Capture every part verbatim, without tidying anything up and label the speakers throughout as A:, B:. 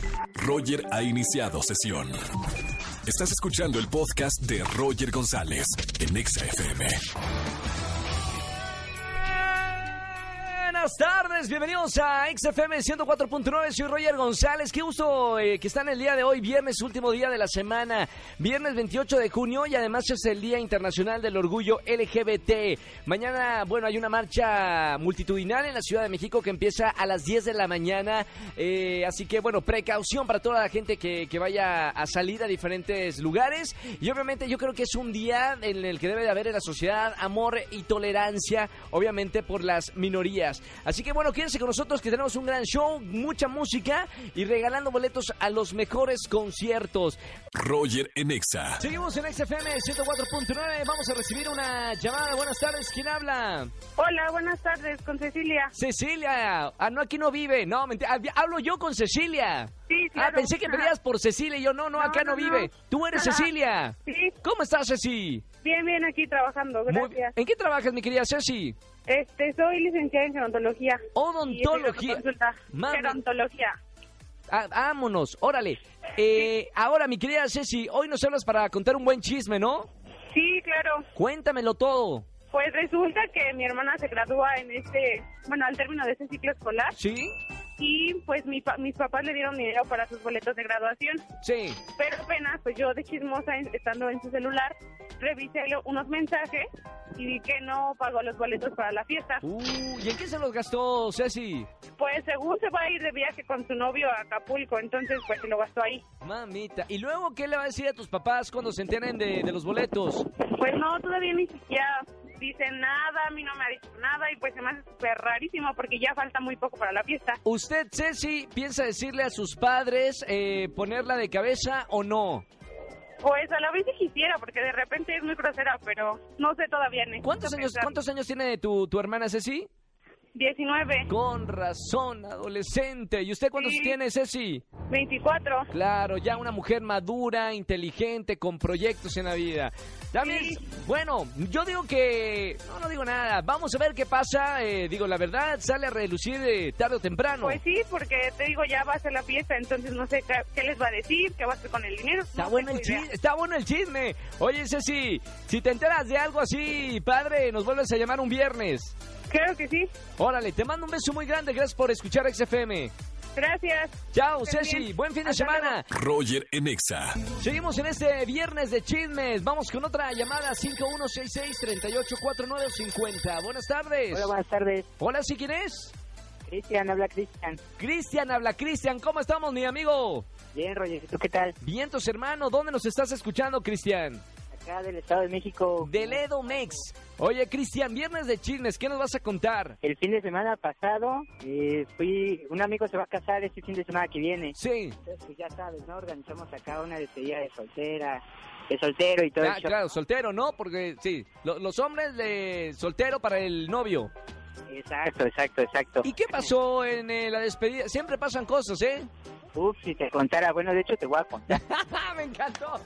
A: Roger ha iniciado sesión. Estás escuchando el podcast de Roger González en Exa F M.
B: Buenas tardes, bienvenidos a Exa F M ciento cuatro punto nueve, soy Roger González. Qué gusto eh, que están el día de hoy, viernes, último día de la semana, viernes veintiocho de junio, y además es el Día Internacional del Orgullo L G B T. Mañana, bueno, hay una marcha multitudinal en la Ciudad de México que empieza a las diez de la mañana, eh, así que, bueno, precaución para toda la gente que, que vaya a salir a diferentes lugares, y obviamente yo creo que es un día en el que debe de haber en la sociedad amor y tolerancia, obviamente por las minorías. Así que bueno, quédense con nosotros que tenemos un gran show, mucha música y regalando boletos a los mejores conciertos.
A: Roger en Exa.
B: Seguimos en Exa F M ciento cuatro punto nueve, vamos a recibir una llamada. Buenas tardes, ¿quién habla?
C: Hola, buenas tardes, con Cecilia.
B: Cecilia, ah, no, aquí no vive, no, mentira, hablo yo con Cecilia.
C: Sí, claro.
B: Ah, pensé que pedías por Cecilia y yo, no, no,
C: No,
B: acá no,
C: no,
B: vive.
C: no.
B: Tú eres
C: Ajá.
B: Cecilia.
C: Sí.
B: ¿Cómo estás, Ceci?
C: Bien, bien, aquí trabajando,
B: Muy-
C: gracias.
B: ¿En qué trabajas, mi querida Ceci?
C: Este, soy licenciada en gerontología.
B: Odontología.
C: Y estoy dando consulta.
B: Mami.
C: Gerontología.
B: Ah, vámonos, órale. Eh, ahora, mi querida Ceci, hoy nos hablas para contar un buen chisme, ¿no?
C: Sí, claro.
B: Cuéntamelo todo.
C: Pues resulta que mi hermana se gradúa en este, bueno, al término de este ciclo escolar.
B: ¿Sí?
C: Y pues mi pa- mis papás le dieron dinero para sus boletos de graduación.
B: Sí.
C: Pero apenas, pues yo de chismosa, en- estando en su celular, revisé lo- unos mensajes y vi que no pagó los boletos para la fiesta.
B: Uh, ¿y en qué se los gastó, Ceci?
C: Pues según se va a ir de viaje con su novio a Acapulco, entonces pues se lo gastó ahí.
B: Mamita. ¿Y luego qué le va a decir a tus papás cuando se enteren de, de los boletos?
C: Pues no, todavía ni siquiera dicen nada, a mí no me ha dicho nada y pues se me hace súper rarísimo porque ya falta muy poco para la fiesta.
B: ¿Usted, Ceci, piensa decirle a sus padres eh, ponerla de cabeza o no?
C: Pues a la vez sí quisiera porque de repente es muy grosera, pero no sé todavía. necesito
B: ¿Cuántos años,
C: pensar.
B: ¿cuántos años tiene tu, tu hermana, Ceci?
C: diecinueve.
B: Con razón, adolescente. ¿Y usted cuántos
C: Sí.
B: tiene, Ceci?
C: veinticuatro.
B: Claro, ya una mujer madura, inteligente, con proyectos en la vida. También,
C: Sí.
B: bueno, yo digo que... No, no digo nada. Vamos a ver qué pasa. Eh, digo, la verdad, sale a relucir eh, tarde o temprano.
C: Pues sí, porque te digo, ya va a ser la fiesta, entonces no sé qué, qué les va a decir, qué va a hacer con el dinero.
B: Está
C: no
B: bueno el
C: tengo idea.
B: chisme, está bueno el chisme. Oye, Ceci, si te enteras de algo así, padre, nos vuelves a llamar un viernes.
C: Claro que sí.
B: Órale, te mando un beso muy grande. Gracias por escuchar X F M.
C: Gracias.
B: Chao,
C: Estén
B: Ceci.
C: bien.
B: Buen fin de
C: Hasta
B: semana.
A: Roger en Exa.
B: Seguimos en este viernes de chismes. Vamos con otra llamada. cinco uno seis seis, tres ocho cuatro nueve cinco cero. Buenas tardes.
D: Hola, buenas tardes.
B: Hola, ¿sí quién es?
D: Cristian, habla Cristian.
B: Cristian, habla Cristian. ¿Cómo estamos, mi amigo?
D: Bien, Roger, ¿y tú qué tal?
B: Vientos, hermano. ¿Dónde nos estás escuchando, Cristian?
D: Acá del Estado de México.
B: Del Edomex. Oye, Cristian, viernes de chismes. ¿Qué nos vas a contar?
D: El fin de semana pasado, eh, fui, un amigo se va a casar este fin de semana que viene.
B: Sí.
D: Entonces, pues ya sabes, ¿no? Organizamos acá una despedida de soltera, de soltero y todo
B: Ah,
D: eso.
B: claro, soltero, ¿no? Porque sí, lo- los hombres de soltero para el novio.
D: Exacto, exacto, exacto.
B: ¿Y qué pasó en eh, la despedida? Siempre pasan cosas, ¿eh?
D: Uf, si te contara, bueno, de hecho te voy a contar.
B: ¡Me encantó!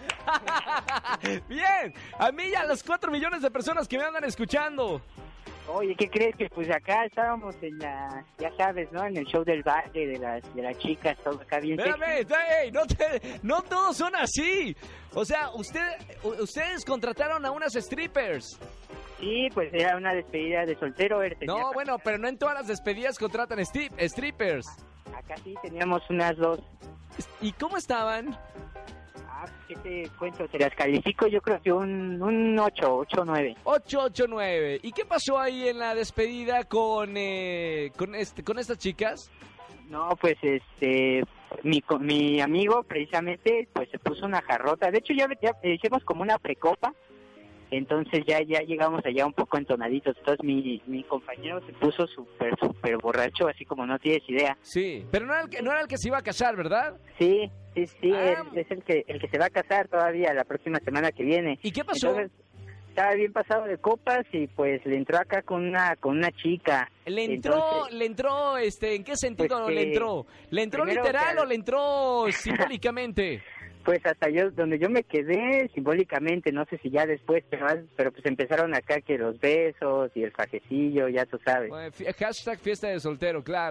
B: Bien, a mí y a los cuatro millones de personas que me andan escuchando.
D: Oye, ¿qué crees? Que pues acá estábamos en la, ya sabes, ¿no? En el show del baile de las, de las chicas, todo acá bien
B: Espérame,
D: sexy.
B: ey, no, te- no todos son así. O sea, usted, u- ustedes contrataron a unas strippers.
D: Sí, pues era una despedida de soltero. él tenía
B: No,
D: para-
B: bueno, pero no en todas las despedidas contratan sti- strippers.
D: Acá sí teníamos unas dos.
B: ¿Y cómo estaban?
D: Ah, ¿qué te cuento? Te las califico, yo creo que un, un ocho, ocho, nueve.
B: ocho ocho nueve. ¿Y qué pasó ahí en la despedida con, eh, con, este, con estas chicas?
D: No, pues este, mi, co- mi amigo precisamente, pues se puso una jarrota. De hecho, ya, ya hicimos como una precopa. Entonces ya ya llegamos allá un poco entonaditos. Entonces mi, mi compañero se puso súper, súper borracho, así como no tienes idea.
B: Sí, pero no era, el que, no era el que se iba a casar, ¿verdad?
D: Sí, sí, sí,
B: Ah.
D: él es el que, el que se va a casar todavía la próxima semana que viene.
B: ¿Y qué pasó?
D: Entonces, estaba bien pasado de copas y pues le entró acá con una con una chica.
B: Le entró,
D: Entonces,
B: le entró, este, ¿en qué sentido
D: Pues que
B: le entró? ¿Le entró
D: primero
B: literal
D: que-
B: o le entró simbólicamente?
D: pues hasta yo, donde yo me quedé simbólicamente, no sé si ya después, pero, pero pues empezaron acá que los besos y el fajecillo, ya tú sabes.
B: Bueno, fi- hashtag fiesta de soltero, claro.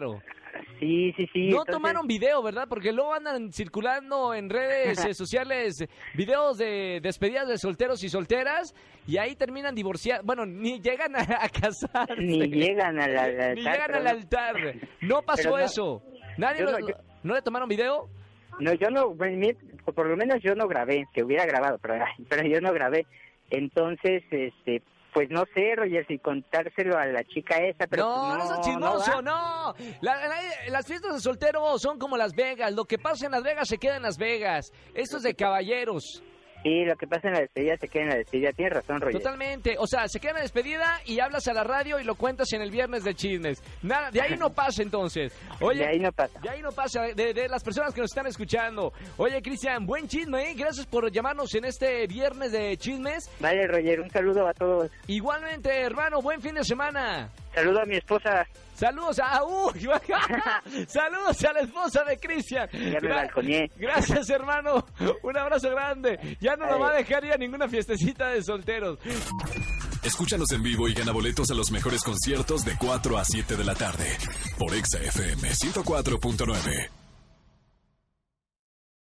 D: Sí, sí, sí.
B: No
D: entonces...
B: tomaron video, ¿verdad? Porque luego andan circulando en redes eh, sociales videos de despedidas de solteros y solteras y ahí terminan divorciados. Bueno, ni llegan a, a casarse.
D: Ni llegan al altar.
B: Ni llegan al altar. No pasó
D: no,
B: eso. ¿Nadie
D: yo
B: lo,
D: no, yo...
B: ¿No le tomaron video?
D: No, yo no, por lo menos yo no grabé, que hubiera grabado, pero, pero yo no grabé. Entonces, este... Pues no sé, Roger, si contárselo a la chica esa, pero...
B: No,
D: pues
B: no,
D: no,
B: no, chismoso,
D: no.
B: no. La, la, las fiestas de soltero son como Las Vegas. Lo que pasa en Las Vegas se queda en Las Vegas. Esto es de caballeros.
D: Sí, lo que pasa en la despedida se queda en la despedida. Tienes razón, Roger.
B: Totalmente. O sea, se queda en la despedida y hablas a la radio y lo cuentas en el viernes de chismes. Nada, de ahí no pasa entonces. Oye,
D: de ahí no pasa.
B: De ahí no pasa, de, de las personas que nos están escuchando. Oye, Cristian, buen chisme, ¿eh? Gracias por llamarnos en este viernes de chismes.
D: Vale, Roger, un saludo a todos.
B: Igualmente, hermano, buen fin de semana.
D: Saludo a mi esposa.
B: Saludos a... Uh, saludos a la esposa de Cristian.
D: Ya me balconeé.
B: Gracias, hermano. Un abrazo grande. Ya no nos va a dejar ir a ninguna fiestecita de solteros.
A: Escúchanos en vivo y gana boletos a los mejores conciertos de cuatro a siete de la tarde por Exa F M ciento cuatro punto nueve.